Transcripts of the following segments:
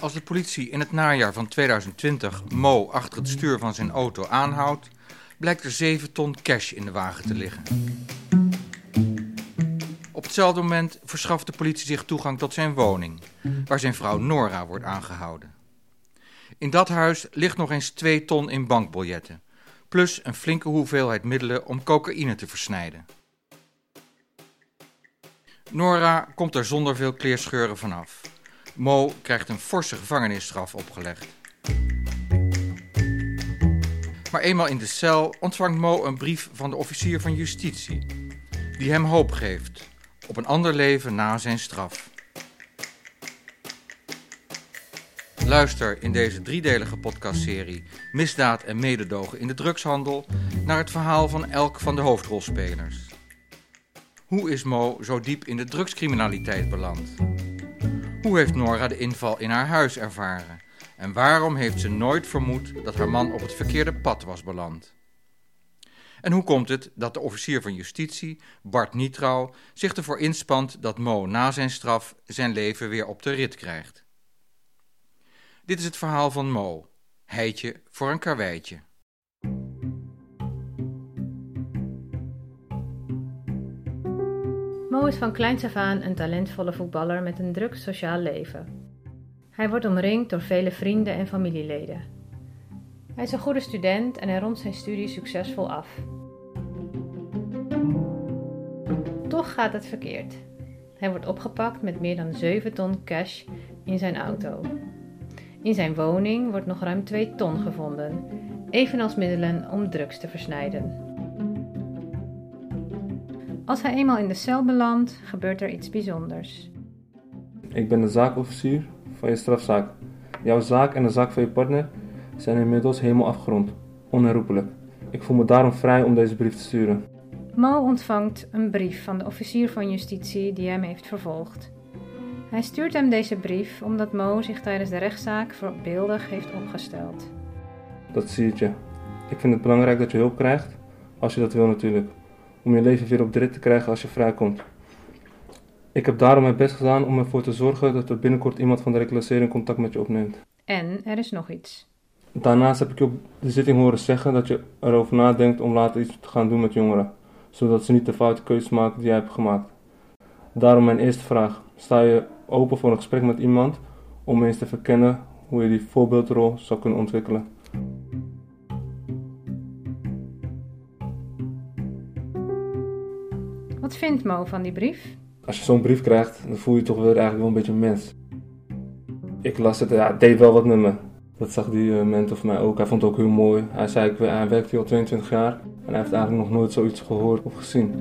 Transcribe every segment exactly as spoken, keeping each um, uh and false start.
Als de politie in het najaar van tweeduizend twintig Mo achter het stuur van zijn auto aanhoudt, blijkt er zeven ton cash in de wagen te liggen. Op hetzelfde moment verschaft de politie zich toegang tot zijn woning, waar zijn vrouw Nora wordt aangehouden. In dat huis ligt nog eens twee ton in bankbiljetten, plus een flinke hoeveelheid middelen om cocaïne te versnijden. Nora komt er zonder veel kleerscheuren vanaf. Mo krijgt een forse gevangenisstraf opgelegd. Maar eenmaal in de cel ontvangt Mo een brief van de officier van justitie, die hem hoop geeft op een ander leven na zijn straf. Luister in deze driedelige podcastserie Misdaad en mededogen in de drugshandel naar het verhaal van elk van de hoofdrolspelers. Hoe is Mo zo diep in de drugscriminaliteit beland? Hoe heeft Nora de inval in haar huis ervaren? En waarom heeft ze nooit vermoed dat haar man op het verkeerde pad was beland? En hoe komt het dat de officier van justitie, Bart Nietrouw, zich ervoor inspant dat Mo na zijn straf zijn leven weer op de rit krijgt? Dit is het verhaal van Mo, heitje voor een karweitje. Mo is van kleins af aan een talentvolle voetballer met een druk sociaal leven. Hij wordt omringd door vele vrienden en familieleden. Hij is een goede student en hij rondt zijn studie succesvol af. Toch gaat het verkeerd. Hij wordt opgepakt met meer dan zeven ton cash in zijn auto. In zijn woning wordt nog ruim twee ton gevonden, evenals middelen om drugs te versnijden. Als hij eenmaal in de cel belandt, gebeurt er iets bijzonders. Ik ben de zaakofficier van je strafzaak. Jouw zaak en de zaak van je partner zijn inmiddels helemaal afgerond. Onherroepelijk. Ik voel me daarom vrij om deze brief te sturen. Mo ontvangt een brief van de officier van justitie die hem heeft vervolgd. Hij stuurt hem deze brief omdat Mo zich tijdens de rechtszaak voorbeeldig heeft opgesteld. Dat zie je. Ik vind het belangrijk dat je hulp krijgt, als je dat wil natuurlijk. Om je leven weer op de rit te krijgen als je vrijkomt. Ik heb daarom mijn best gedaan om ervoor te zorgen dat er binnenkort iemand van de reclassering contact met je opneemt. En er is nog iets. Daarnaast heb ik je op de zitting horen zeggen dat je erover nadenkt om later iets te gaan doen met jongeren. Zodat ze niet de foute keuzes maken die jij hebt gemaakt. Daarom mijn eerste vraag. Sta je open voor een gesprek met iemand om eens te verkennen hoe je die voorbeeldrol zou kunnen ontwikkelen? Wat vindt Mo van die brief? Als je zo'n brief krijgt, dan voel je je toch weer eigenlijk wel een beetje een mens. Ik las het, ja, het deed wel wat met me. Dat zag die uh, mentor van mij ook. Hij vond het ook heel mooi. Hij zei, ik, hij werkt hier al tweeëntwintig jaar en hij heeft eigenlijk nog nooit zoiets gehoord of gezien.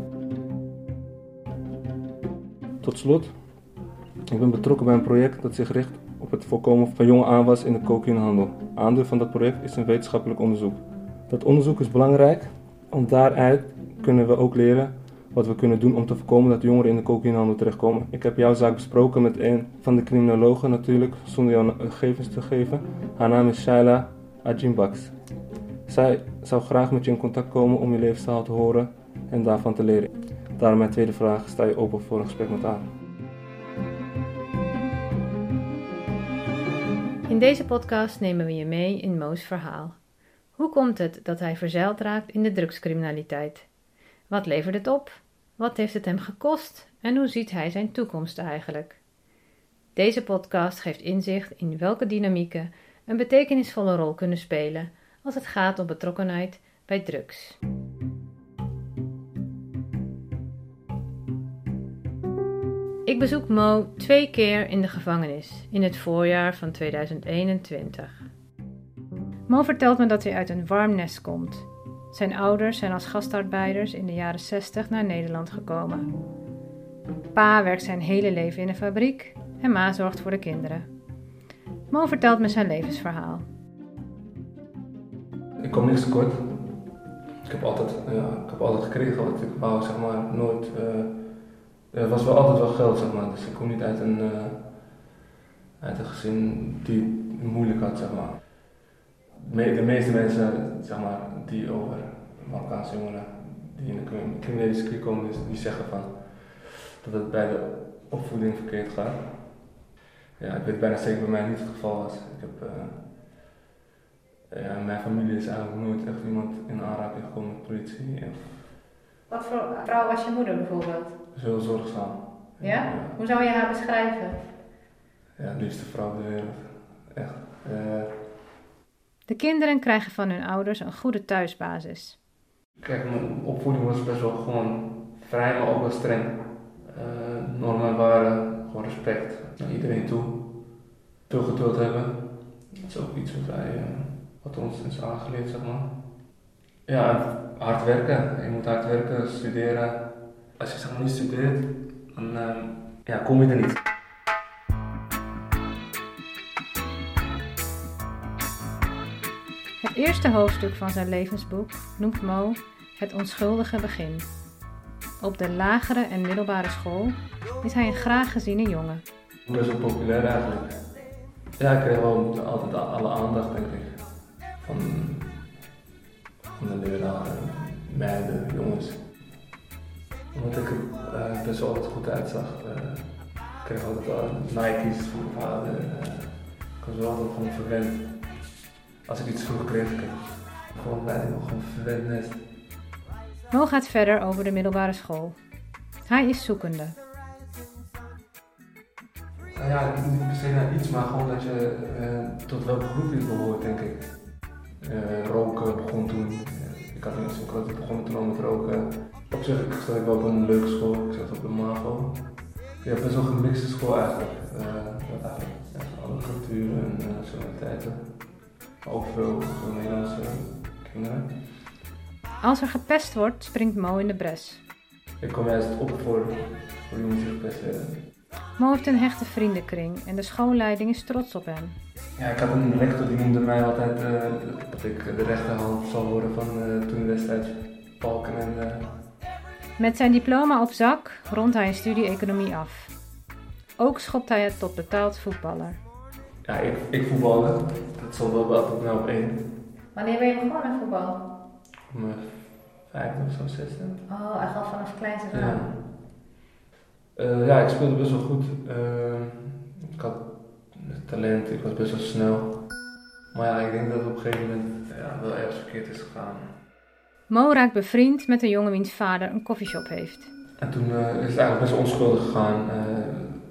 Tot slot, ik ben betrokken bij een project dat zich richt op het voorkomen van jonge aanwas in de cocaïnehandel. Aandeel van dat project is een wetenschappelijk onderzoek. Dat onderzoek is belangrijk, want daaruit kunnen we ook leren wat we kunnen doen om te voorkomen dat jongeren in de cocaïnehandel terechtkomen. Ik heb jouw zaak besproken met een van de criminologen natuurlijk, zonder jouw gegevens te geven. Haar naam is Shaila Ajimbaks. Zij zou graag met je in contact komen om je levensverhaal te horen en daarvan te leren. Daarom mijn tweede vraag, sta je open voor een gesprek met haar? In deze podcast nemen we je mee in Mo's verhaal. Hoe komt het dat hij verzeild raakt in de drugscriminaliteit? Wat levert het op? Wat heeft het hem gekost? En hoe ziet hij zijn toekomst eigenlijk? Deze podcast geeft inzicht in welke dynamieken een betekenisvolle rol kunnen spelen als het gaat om betrokkenheid bij drugs. Ik bezoek Mo twee keer in de gevangenis in het voorjaar van tweeduizend eenentwintig. Mo vertelt me dat hij uit een warm nest komt. Zijn ouders zijn als gastarbeiders in de jaren zestig naar Nederland gekomen. Pa werkt zijn hele leven in een fabriek en ma zorgt voor de kinderen. Mo vertelt me zijn levensverhaal. Ik kom niks tekort. Ik heb altijd, ja, ik heb altijd gekregen wat ik wou, zeg maar, nooit. Uh, er was wel altijd wel geld, zeg maar, dus ik kom niet uit een, uh, uit een gezin die het moeilijk had, zeg maar. De meeste mensen, zeg maar, die over Marokkaanse jongeren die in de criminele circuit komen, die zeggen van dat het bij de opvoeding verkeerd gaat. Ja, ik weet bijna zeker bij mij niet het geval was. Ik heb, uh, ja, mijn familie is eigenlijk nooit echt iemand in aanraking gekomen met politie. Of... Wat voor vrouw was je moeder bijvoorbeeld? Heel zorgzaam. Ja? Ja? Hoe zou je haar beschrijven? Ja, de liefste vrouw op de wereld. Echt. Uh... De kinderen krijgen van hun ouders een goede thuisbasis. Kijk, mijn opvoeding was best wel gewoon vrij, maar ook wel streng. Uh, normen en waarden, gewoon respect naar iedereen toe. Veel geduld hebben. Dat is ook iets wat, wij, uh, wat ons is aangeleerd, zeg maar. Ja, hard werken. Je moet hard werken, studeren. Als je zeg maar niet studeert, dan uh, ja, kom je er niet. Het eerste hoofdstuk van zijn levensboek noemt Mo het onschuldige begin. Op de lagere en middelbare school is hij een graag geziene jongen. Best wel populair eigenlijk. Ja, ik kreeg wel altijd alle aandacht, denk ik. Van, van de leraren, meiden, jongens. Omdat ik er uh, best wel altijd goed uitzag. Uh, ik kreeg altijd uh, Nike's van mijn vader. Uh, ik was wel altijd gewoon verwend. Als ik iets vroeg kreeg, ik gewoon bijna nog gewoon verwend nest. Mo gaat verder over de middelbare school. Hij is zoekende. Nou ja, niet per se naar iets, maar gewoon dat je uh, tot welk groep je behoort, denk ik. Uh, roken begon toen. Uh, ik had niet zo'n groot, ik begon toen al met roken. Op zich ik zat ik wel op een leuke school, ik zat op de MAVO. Ja, best wel een gemixte school eigenlijk. Uh, wat eigenlijk ja, alle culturen en uh, nationaliteiten. Maar ook veel, veel Nederlandse kinderen. Als er gepest wordt, springt Mo in de bres. Ik kom juist op voor, voor jongens die gepest werden. Mo heeft een hechte vriendenkring en de schoolleiding is trots op hem. Ja, ik had een rector die noemde mij altijd uh, dat ik de rechterhand zal worden van uh, toen destijds Balken en... Uh... Met zijn diploma op zak rondt hij een studie economie af. Ook schopt hij het tot betaald voetballer. Ja, ik, ik voetbalde. Dat stond wel altijd nou op één. Wanneer ben je begonnen met voetbal? Op mijn vijfde of zo, zesde. Oh, echt al vanaf kleins af aan. Ja. Uh, ja, ik speelde best wel goed. Uh, ik had talent, ik was best wel snel. Maar ja, ik denk dat het op een gegeven moment ja, wel ergens verkeerd is gegaan. Mo raakt bevriend met een jongen wiens vader een koffieshop heeft. En toen uh, is het eigenlijk best wel onschuldig gegaan. Uh,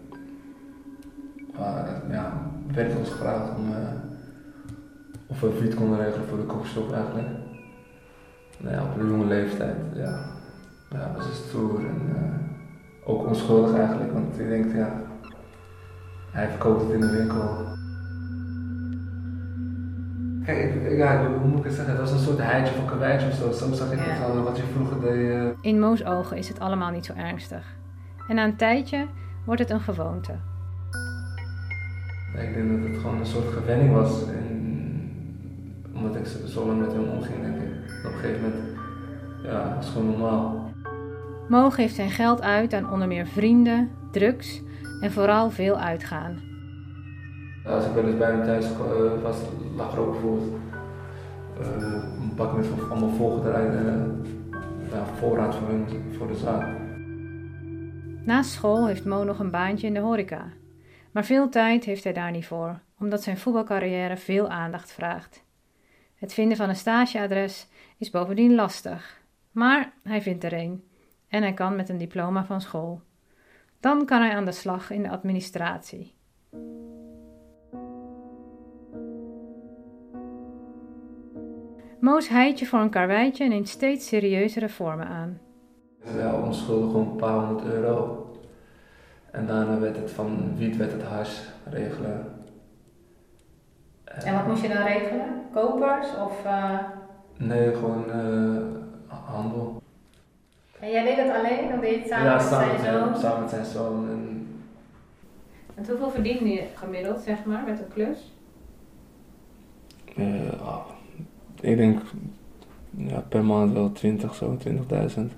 uh, ja, werd ons gevraagd om uh, of we wiet konden regelen voor de koffieshop eigenlijk. Nou ja, op een jonge leeftijd, ja. Ja, was het stoer en uh, ook onschuldig eigenlijk, want ik denk, ja, hij verkoopt het in de winkel. Kijk, ik, ja, hoe moet ik het zeggen, het was een soort heidje van karweitje of zo, zo zag ik het al, wat je vroeger deed. Uh... In Mo's ogen is het allemaal niet zo ernstig. En na een tijdje wordt het een gewoonte. Ik denk dat het gewoon een soort gewenning was, en, omdat ik zo lang met hem omging, denk ik. Op een gegeven moment, ja, het was gewoon normaal. Mo geeft zijn geld uit aan onder meer vrienden, drugs en vooral veel uitgaan. Als ik wel eens bij hem thuis uh, was, lag er ook bijvoorbeeld uh, een bak met allemaal volgedraaide uh, ja, voorraad voor, hun, voor de zaak. Naast school heeft Mo nog een baantje in de horeca. Maar veel tijd heeft hij daar niet voor, omdat zijn voetbalcarrière veel aandacht vraagt. Het vinden van een stageadres is bovendien lastig. Maar hij vindt er een. En hij kan met een diploma van school. Dan kan hij aan de slag in de administratie. Mo's heidje voor een karweitje neemt steeds serieuzere vormen aan. Ja, onschuldig gewoon een paar honderd euro. En daarna werd het van wiet werd het hash regelen. En wat moest je dan regelen? Kopers of... Uh... Nee, gewoon uh, handel. En jij deed dat alleen of deed je het samen ja, met samen zijn zoon? Ja, samen met zijn zoon. En... en hoeveel verdiende je gemiddeld, zeg maar, met een klus? Uh, oh, ik denk ja, per maand wel twintig, zo, twintigduizend.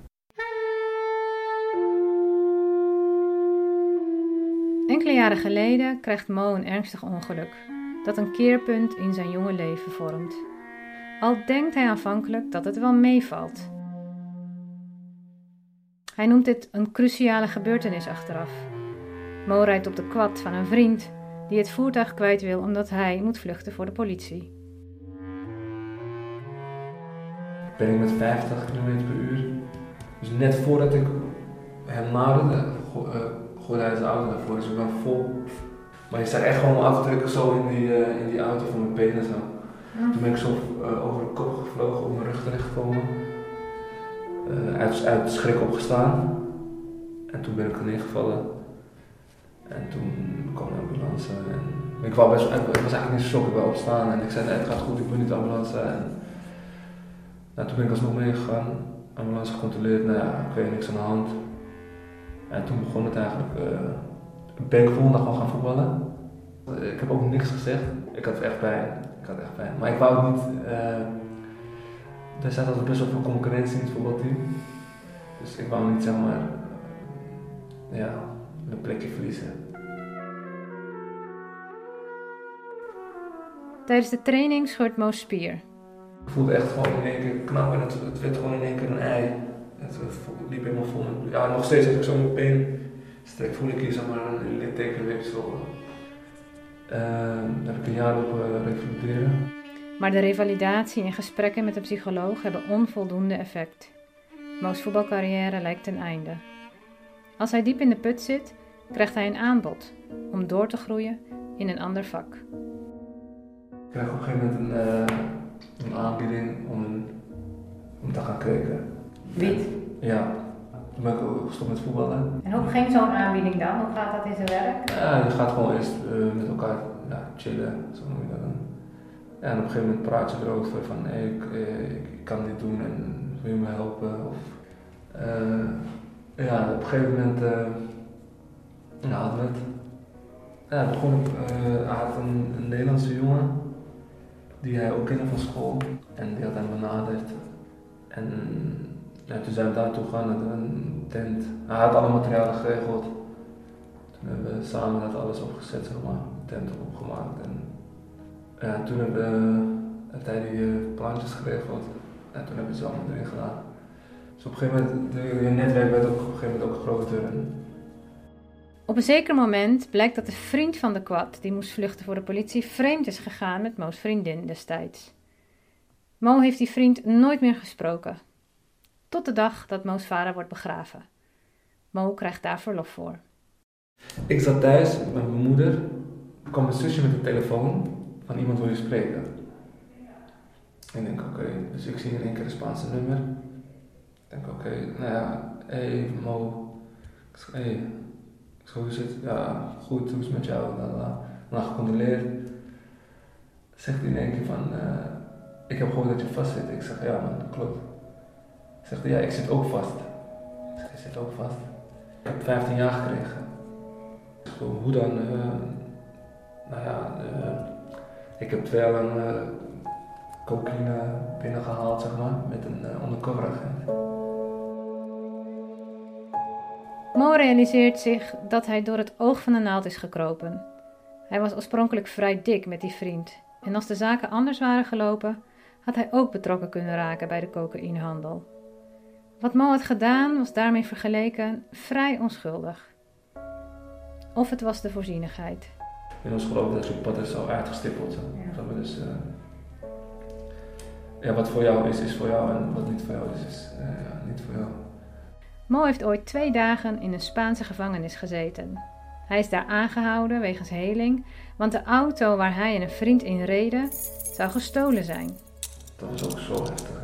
Enkele jaren geleden krijgt Mo een ernstig ongeluk, dat een keerpunt in zijn jonge leven vormt. Al denkt hij aanvankelijk dat het wel meevalt. Hij noemt dit een cruciale gebeurtenis achteraf. Mo rijdt op de quad van een vriend, die het voertuig kwijt wil omdat hij moet vluchten voor de politie. Ben ik met vijftig kilometer per uur. Dus net voordat ik hem naderde, go- uh, gooide hij zijn auto daarvoor. Dus ik ben vol. Maar je staat echt gewoon mijn afdrukken zo in die, uh, in die auto van mijn benen zo. Ja. Toen ben ik zo uh, over de kop gevlogen, op mijn rug terechtgekomen. Uh, uit, uit schrik opgestaan. En toen ben ik er neergevallen. En toen kwam de ambulance. En ik, wou best, ik was eigenlijk niet zo shock, ik wou opstaan. En ik zei, nee, het gaat goed, ik wil niet de ambulance. En nou, toen ben ik alsnog meegegaan. Ambulance gecontroleerd, nou ja, ik weet niks aan de hand. En toen begon het eigenlijk. Uh, ben ik de volgende dag al gaan voetballen. Ik heb ook niks gezegd. Ik had echt pijn. Ik had echt pijn. Maar ik wou het niet. Uh, er staat altijd best wel veel concurrentie in het voetbalteam. Dus ik wou niet zeg maar. Uh, ja, een plekje verliezen. Tijdens de training scheurt Mo spier. Ik voelde echt gewoon in één keer knap en het, het werd gewoon in één keer een ei. Het, het liep helemaal vol met bloed. Ja, nog steeds heb ik zo mijn been. Strek voel ik hier zeg maar een littekenweefsel. Uh, daar heb ik een jaar op uh, revalideren. Maar de revalidatie en gesprekken met de psycholoog hebben onvoldoende effect. Mo's voetbalcarrière lijkt ten einde. Als hij diep in de put zit, krijgt hij een aanbod om door te groeien in een ander vak. Ik krijg op een gegeven moment een, uh, een aanbieding om, een, om te gaan kweken. Wiet? Ja. Toen ben ik gestopt met voetballen. En hoe ging zo'n aanbieding dan? Hoe gaat dat in zijn werk? Ja, je gaat gewoon eerst uh, met elkaar ja, chillen, zo noem je dat dan. Ja, en op een gegeven moment praat je er ook voor van, hey, ik, ik, ik kan dit doen en wil je me helpen? Of, uh, ja, op een gegeven moment uh, ja, hadden we het. Ja, begon ik, uh, hij had een, een Nederlandse jongen, die hij ook kende van school. En die had hem benaderd. En ja, toen zijn we daartoe gegaan naar een tent. Hij had alle materialen geregeld. Toen hebben we samen dat alles opgezet, zeg maar, de tent opgemaakt. En ja, toen hebben we hij die uh, plantjes geregeld. En toen hebben we ze allemaal erin gedaan. Dus op een gegeven moment, je netwerk werd ook op een gegeven moment ook groter. En op een zeker moment blijkt dat de vriend van de kwad, die moest vluchten voor de politie, vreemd is gegaan met Mo's vriendin destijds. Mo heeft die vriend nooit meer gesproken. Tot de dag dat Mo's vader wordt begraven. Mo krijgt daar verlof voor. Ik zat thuis met mijn moeder. Er kwam mijn zusje met de telefoon van iemand wil je spreken. Ik denk oké, okay. Dus ik zie in één keer een Spaanse nummer. Ik denk oké, okay. Nou ja, hé hey, Mo. Ik zeg hé, hey. Hoe is het? Ja, goed, hoe is het met jou? Dan gecontroleerd. Zegt hij in één keer van, uh, ik heb gehoord dat je vast zit. Ik zeg ja man, dat klopt. Zegt hij ja, ik zit ook vast. Ik zeg, je zit ook vast. Ik heb vijftien jaar gekregen. Ik zeg, hoe dan? Uh, nou ja, uh, ik heb twee jaar lang uh, cocaïne binnengehaald, zeg maar, met een uh, undercover agent. Mo realiseert zich dat hij door het oog van de naald is gekropen. Hij was oorspronkelijk vrij dik met die vriend. En als de zaken anders waren gelopen, had hij ook betrokken kunnen raken bij de cocaïnehandel. Wat Mo had gedaan was daarmee vergeleken vrij onschuldig. Of het was de voorzienigheid. In ons geloof dat je pad is al uitgestippeld. Ja. Dus, uh, ja, wat voor jou is, is voor jou en wat niet voor jou is, is uh, ja, niet voor jou. Mo heeft ooit twee dagen in een Spaanse gevangenis gezeten. Hij is daar aangehouden wegens heling, want de auto waar hij en een vriend in reden zou gestolen zijn. Dat was ook zo heftig.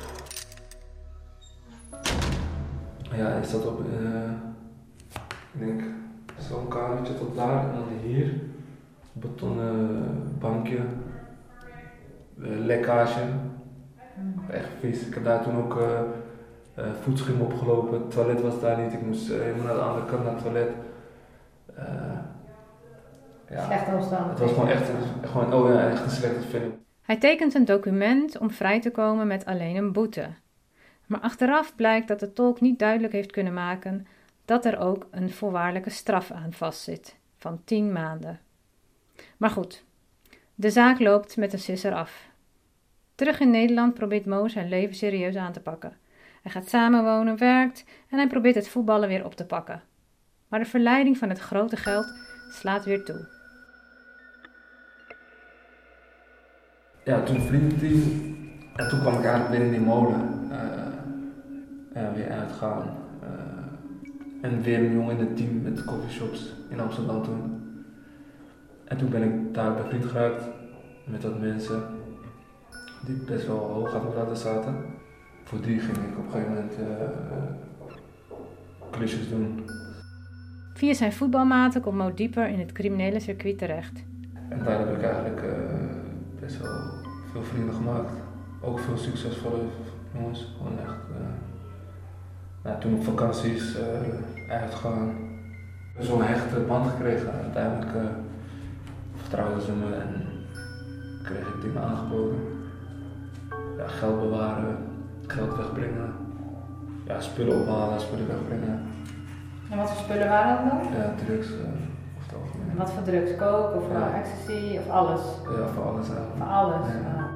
Ja, hij zat op, uh, ik denk, zo'n kamertje tot daar en dan hier. Betonnen bankje, uh, lekkage, echt vies. Ik heb daar toen ook uh, uh, voetschim opgelopen, het toilet was daar niet, ik moest uh, helemaal naar de andere kant naar het toilet. Uh, ja, slechte omstandigheden. Het was gewoon echt, gewoon, oh ja, echt een slechte film. Hij tekent een document om vrij te komen met alleen een boete. Maar achteraf blijkt dat de tolk niet duidelijk heeft kunnen maken dat er ook een voorwaardelijke straf aan vastzit van tien maanden. Maar goed, de zaak loopt met een sisser af. Terug in Nederland probeert Mo zijn leven serieus aan te pakken. Hij gaat samenwonen, werkt en hij probeert het voetballen weer op te pakken. Maar de verleiding van het grote geld slaat weer toe. ja, toen vriendenteam. En toen kwam ik eigenlijk weer in die molen. Uh, ja, weer uitgaan. Uh, en weer een jongen in het team met coffeeshops in Amsterdam toen. En toen ben ik daar bevriend geraakt met wat mensen die best wel hoog aan het laten zaten. Voor die ging ik op een gegeven moment uh, klusjes doen. Via zijn voetbalmaten komt Mo dieper in het criminele circuit terecht. En daar heb ik eigenlijk uh, best wel veel vrienden gemaakt. Ook veel succesvolle jongens. Gewoon echt. Uh, nou, toen op vakanties uh, uitgaan. Zo'n hechte band gekregen. Uiteindelijk uh, vertrouwden ze me en kreeg ik dingen aangeboden. Ja, geld bewaren, geld wegbrengen. Ja, spullen ophalen, spullen wegbrengen. En wat voor spullen waren dat dan? Ja, drugs. Uh, of het algemeen. En wat voor drugs? Coke of ja. ecstasy of alles? Ja, voor alles eigenlijk. Voor alles? Ja. Ja.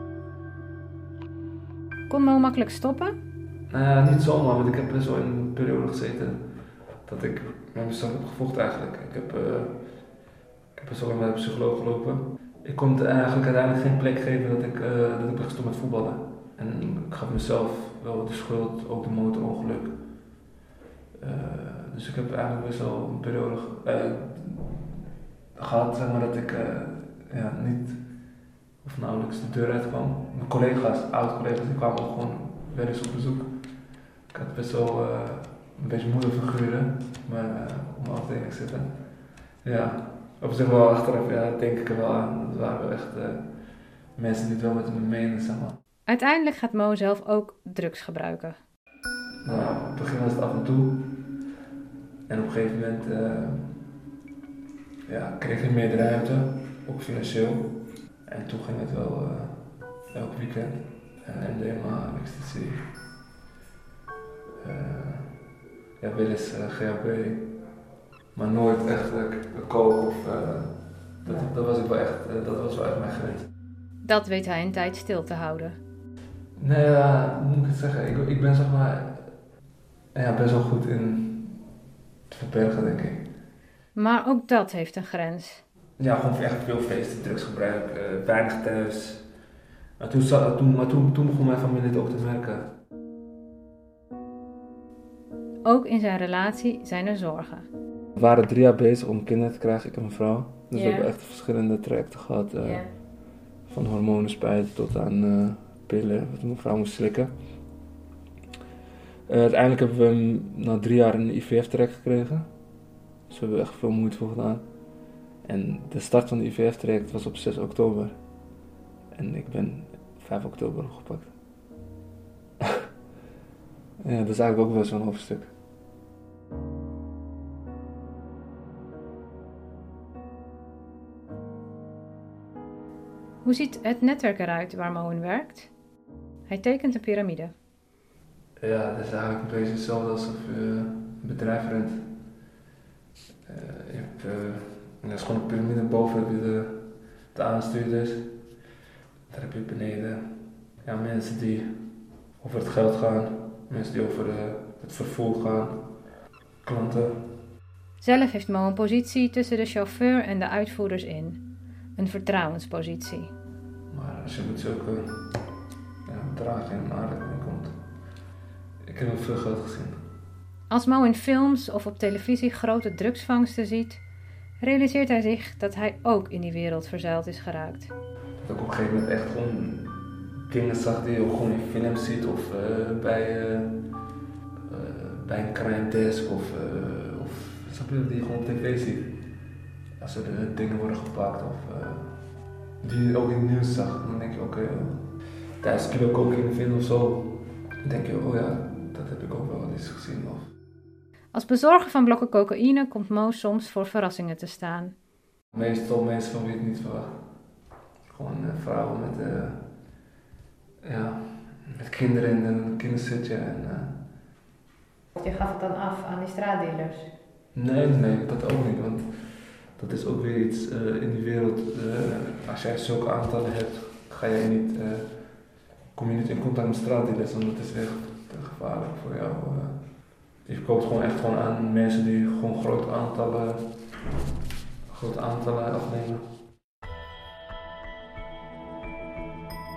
Kon Mo makkelijk stoppen? Nou ja, niet zomaar, want ik heb best wel in een periode gezeten dat ik met mezelf heb gevochten eigenlijk. Ik heb, uh, ik heb best wel lang met een psycholoog gelopen. Ik kon het eigenlijk uiteindelijk geen plek geven dat ik, uh, dat ik ben gestopt met voetballen. En ik gaf mezelf wel de schuld, ook de motorongeluk. Uh, dus ik heb eigenlijk best wel een periode uh, gehad zeg maar, dat ik uh, ja, niet of nauwelijks de deur uitkwam. Mijn collega's, oud-collega's, die kwamen ook gewoon wel eens op bezoek. Ik had best wel uh, een beetje moederfiguren, maar uh, op mijn afdeling zitten. Ja, op zich wel achteraf, ja, denk ik er wel aan. Dat waren wel echt uh, mensen die het wel met me menen, zeg maar. Uiteindelijk gaat Mo zelf ook drugs gebruiken. Nou, op het begin was het af en toe. En op een gegeven moment uh, ja, kreeg ik meer ruimte, ook financieel. En toen ging het wel uh, elk weekend. En M D M A, ecstasy. Uh, ja, wel eens uh, G H B. Maar nooit echt uh, coke of uh, dat, dat was ik wel echt, uh, dat was wel echt mijn grens. Dat weet hij een tijd stil te houden. Nee, ja, hoe moet ik het zeggen? Ik, ik ben zeg maar ja, best wel goed in het verbergen, denk ik. Maar ook dat heeft een grens. Ja, gewoon echt veel feesten, drugsgebruik, uh, weinig thuis. Maar, toen, toen, maar toen, toen begon mijn familie het ook te merken. Ook in zijn relatie zijn er zorgen. We waren drie jaar bezig om kinderen te krijgen, ik en mijn vrouw. Dus yeah. we hebben echt verschillende trajecten gehad. Uh, yeah. Van hormonen spuiten tot aan uh, pillen, wat mijn vrouw moest slikken. Uh, uiteindelijk hebben we na drie jaar een I V F-traject gekregen. Dus we hebben echt veel moeite voor gedaan. En de start van de I V F-traject was op zes oktober. En ik ben vijf oktober opgepakt. Ja, dat is eigenlijk ook wel zo'n hoofdstuk. Hoe ziet het netwerk eruit waar Mo in werkt? Hij tekent een piramide. Ja, dat is eigenlijk een beetje hetzelfde alsof je een bedrijf runt. Uh, je hebt, uh, dat is gewoon een piramide, boven heb je de, de aanstuurders. Daar heb je beneden ja, mensen die over het geld gaan, mensen die over de, het vervoer gaan, klanten. Zelf heeft Mo een positie tussen de chauffeur en de uitvoerders in. Een vertrouwenspositie. Maar als je met zulke ja, bedragen in aanraking komt, ik heb nog veel geld gezien. Als Mo in films of op televisie grote drugsvangsten ziet, realiseert hij zich dat hij ook in die wereld verzeild is geraakt. Dat ik op een gegeven moment echt gewoon dingen zag die je ook gewoon in films ziet of uh, bij, uh, uh, bij een crime desk of, uh, of snap je, die je gewoon op tv ziet. Als er uh, dingen worden gepakt of uh, die je ook in het nieuws zag, dan denk je oké, okay, uh, tijdens een kilo cocaïne vinden of zo, dan denk je oh ja, dat heb ik ook wel eens gezien. Of. Als bezorger van blokken cocaïne komt Mo soms voor verrassingen te staan. Meestal mensen van wie ik het niet verwacht. Gewoon uh, vrouwen met, uh, ja, met kinderen in een kinderzitje. En, uh... Je gaf het dan af aan die straatdealers? Nee, nee, dat ook niet. Want dat is ook weer iets uh, in die wereld. Uh, als jij zulke aantallen hebt, ga jij niet, uh, kom je niet in contact met straatdealers. Want dat is echt uh, gevaarlijk voor jou. Uh. Je verkoopt gewoon echt gewoon aan mensen die gewoon grote aantallen, grote aantallen afnemen.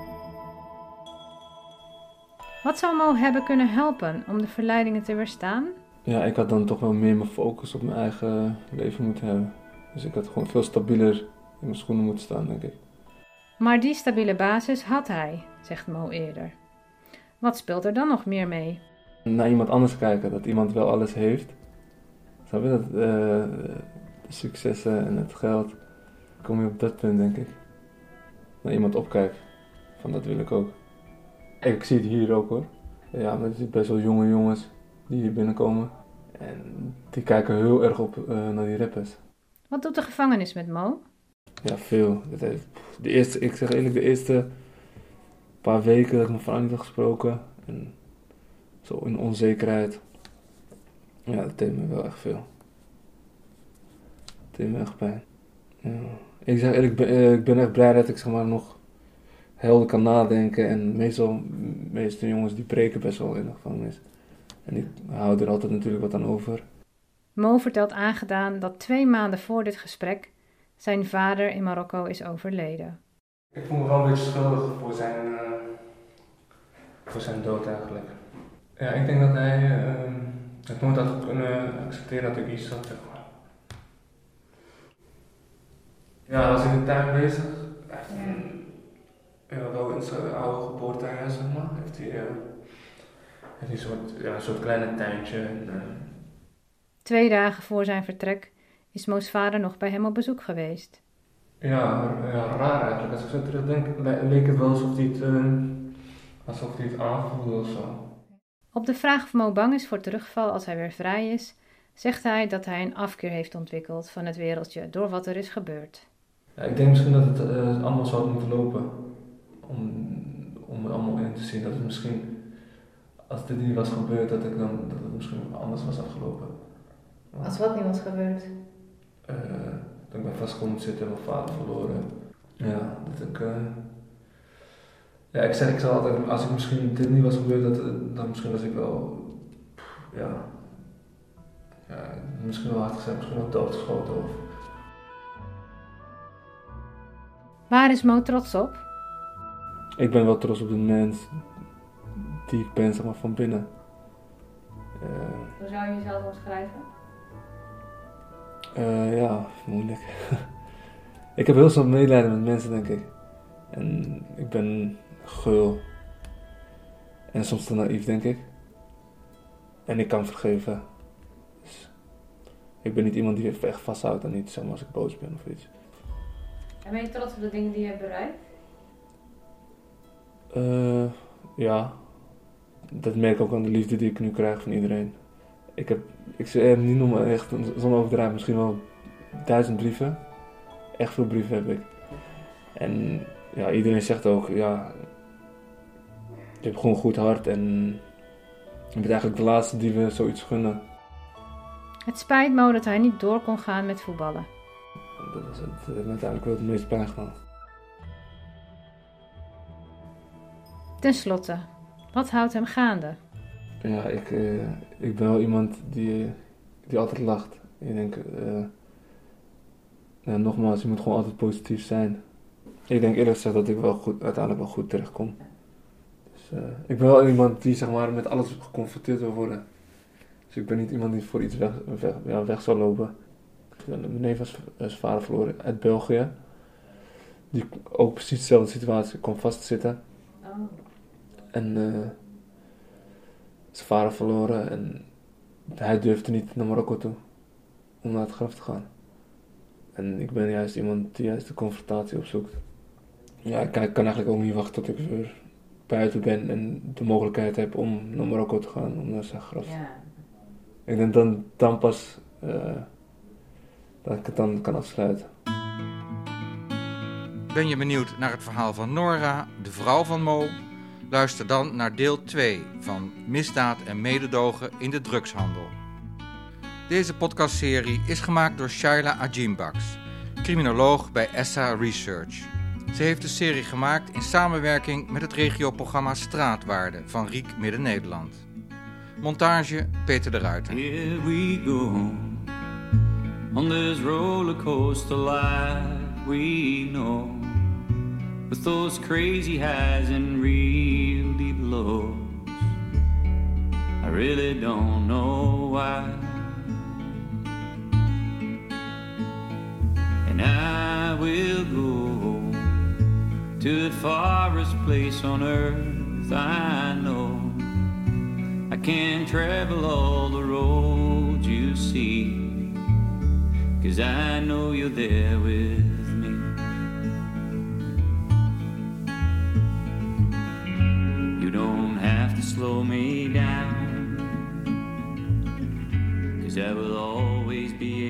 Wat zou Mo hebben kunnen helpen om de verleidingen te weerstaan? Ja, ik had dan toch wel meer mijn focus op mijn eigen leven moeten hebben. Dus ik had gewoon veel stabieler in mijn schoenen moeten staan, denk ik. Maar die stabiele basis had hij, zegt Mo eerder. Wat speelt er dan nog meer mee? Naar iemand anders kijken, dat iemand wel alles heeft. Snap je dat? Uh, de successen en het geld. Kom je op dat punt, denk ik. Naar iemand opkijken. Van dat wil ik ook. Ik zie het hier ook hoor. Ja, maar er zijn best wel jonge jongens die hier binnenkomen. En die kijken heel erg op uh, naar die rappers. Wat doet de gevangenis met Mo? Ja, veel. De eerste, ik zeg eerlijk, de eerste paar weken dat ik mijn vrouw niet had gesproken. En zo in onzekerheid. Ja, dat deed me wel echt veel. Dat deed me echt pijn. Ja. Ik zeg eerlijk, ik ben, ik ben echt blij dat ik zeg maar nog helder kan nadenken. En meestal, meeste jongens die breken best wel in de gevangenis. En ik hou er altijd natuurlijk wat aan over. Mo vertelt aangedaan dat twee maanden voor dit gesprek zijn vader in Marokko is overleden. Ik voel me wel een beetje schuldig voor zijn, uh, voor zijn dood eigenlijk. Ja, ik denk dat hij uh, het nooit had kunnen accepteren dat ik iets had, zeg maar. Ja, hij was in de tuin bezig. Hij heeft een, ja, wel in zijn oude geboortehuis, zeg maar. Heeft hij, uh, heeft hij een soort, ja, een soort kleine tuintje. En, uh... Twee dagen voor zijn vertrek is Mo's vader nog bij hem op bezoek geweest. Ja, ja, raar eigenlijk. Als ik zo terugdenk, leek het wel alsof hij het, uh, alsof hij het aanvoelde of zo. Op de vraag of Mo bang is voor terugval als hij weer vrij is, zegt hij dat hij een afkeer heeft ontwikkeld van het wereldje door wat er is gebeurd. Ja, ik denk misschien dat het uh, allemaal zou moeten lopen. Om, om het allemaal in te zien. Dat het misschien, als dit niet was gebeurd, dat, ik dan, dat het misschien anders was afgelopen. Maar, Als wat niet was gebeurd? Uh, dat ik bij vast moet zitten en mijn vader verloren. Ja, dat ik... Uh, ja, ik zeg, ik zal altijd, als ik misschien dit niet was gebeurd, dat, dan misschien was ik wel... Ja... Ja, misschien wel hard gezegd, misschien wel doodgeschoten of... Waar is Mo trots op? Ik ben wel trots op de mens die ik ben, zeg maar, van binnen. Uh, Hoe zou je jezelf omschrijven? Uh, ja, moeilijk. Ik heb heel veel medelijden met mensen, denk ik. En ik ben gul. En soms te naïef, denk ik. En ik kan vergeven. Dus ik ben niet iemand die echt vasthoudt aan iets, zeg maar, als ik boos ben of iets. En ben je trots op de dingen die je hebt bereikt? Uh, ja. Dat merk ik ook aan de liefde die ik nu krijg van iedereen. Ik heb, ik zeg niet noemen echt zonder overdrijven, misschien wel duizend brieven. Echt veel brieven heb ik. En ja, iedereen zegt ook, ja, je hebt gewoon een goed hart en je bent eigenlijk de laatste die we zoiets gunnen. Het spijt Mo dat hij niet door kon gaan met voetballen. Dat is het, dat heeft uiteindelijk wel het meest pijn gedaan. Ten slotte, wat houdt hem gaande? Ja, ik, uh, ik ben wel iemand die, die altijd lacht. Ik denk, uh, ja, nogmaals, je moet gewoon altijd positief zijn. Ik denk eerlijk gezegd dat ik wel goed, uiteindelijk wel goed terechtkom. Dus, uh, ik ben wel iemand die zeg maar, met alles geconfronteerd wil worden. Dus ik ben niet iemand die voor iets weg, weg, ja, weg zal lopen. Mijn neef was zijn vader verloren uit België. Die ook precies dezelfde situatie kwam vastzitten. Oh. En uh, zijn vader verloren en hij durfde niet naar Marokko toe om naar het graf te gaan. En ik ben juist iemand die juist de confrontatie opzoekt. Ja, ik kan, ik kan eigenlijk ook niet wachten tot ik weer buiten ben en de mogelijkheid heb om naar Marokko te gaan, om naar zijn graf. Ja. Ik denk dan, dan pas uh, dat ik het dan kan afsluiten. Ben je benieuwd naar het verhaal van Nora, de vrouw van Mo? Luister dan naar deel twee van Misdaad en mededogen in de drugshandel. Deze podcastserie is gemaakt door Shaila Ajimbaks, criminoloog bij Essa Research. Ze heeft de serie gemaakt in samenwerking met het regioprogramma Straatwaarde van Riek Midden-Nederland. Montage Peter de Ruiter. Here we go on this rollercoaster life we know, with those crazy highs and real deep lows. really don't know why. And I will go to the farthest place on earth I know. I can't travel all the roads you see, 'cause I know you're there with me. You don't have to slow me down, 'cause I will always be